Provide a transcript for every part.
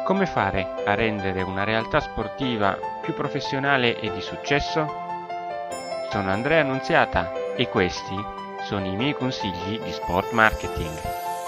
Come fare a rendere una realtà sportiva più professionale e di successo? Sono Andrea Annunziata e questi sono i miei consigli di sport marketing.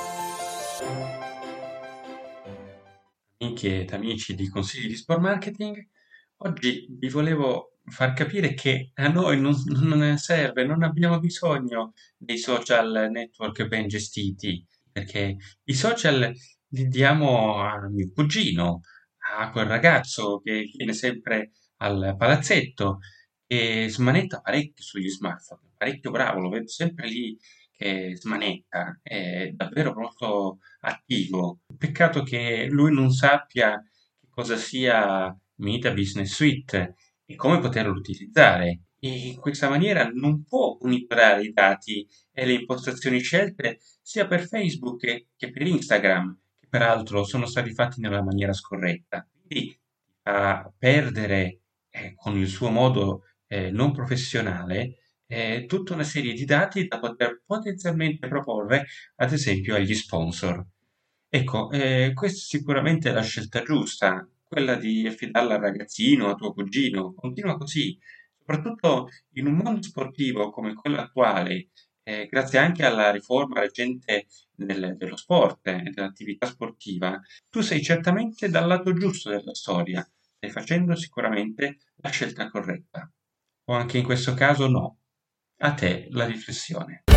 Amiche ed amici di Consigli di Sport Marketing, oggi vi volevo far capire che a noi non serve, non abbiamo bisogno dei social network ben gestiti, perché i social li diamo a mio cugino, a quel ragazzo che viene sempre al palazzetto e smanetta parecchio sugli smartphone, parecchio bravo, lo vedo sempre lì che smanetta, è davvero molto attivo. Peccato che lui non sappia che cosa sia Meta Business Suite e come poterlo utilizzare. E in questa maniera non può monitorare i dati e le impostazioni scelte sia per Facebook che per Instagram, che peraltro sono stati fatti nella maniera scorretta. Quindi fa perdere con il suo modo non professionale tutta una serie di dati da poter potenzialmente proporre, ad esempio, agli sponsor. Ecco, questa sicuramente è la scelta giusta, quella di affidarla al ragazzino, a tuo cugino. Continua così, soprattutto in un mondo sportivo come quello attuale, grazie anche alla riforma recente dello sport e dell'attività sportiva, tu sei certamente dal lato giusto della storia, stai facendo sicuramente la scelta corretta. O anche in questo caso no. A te la riflessione.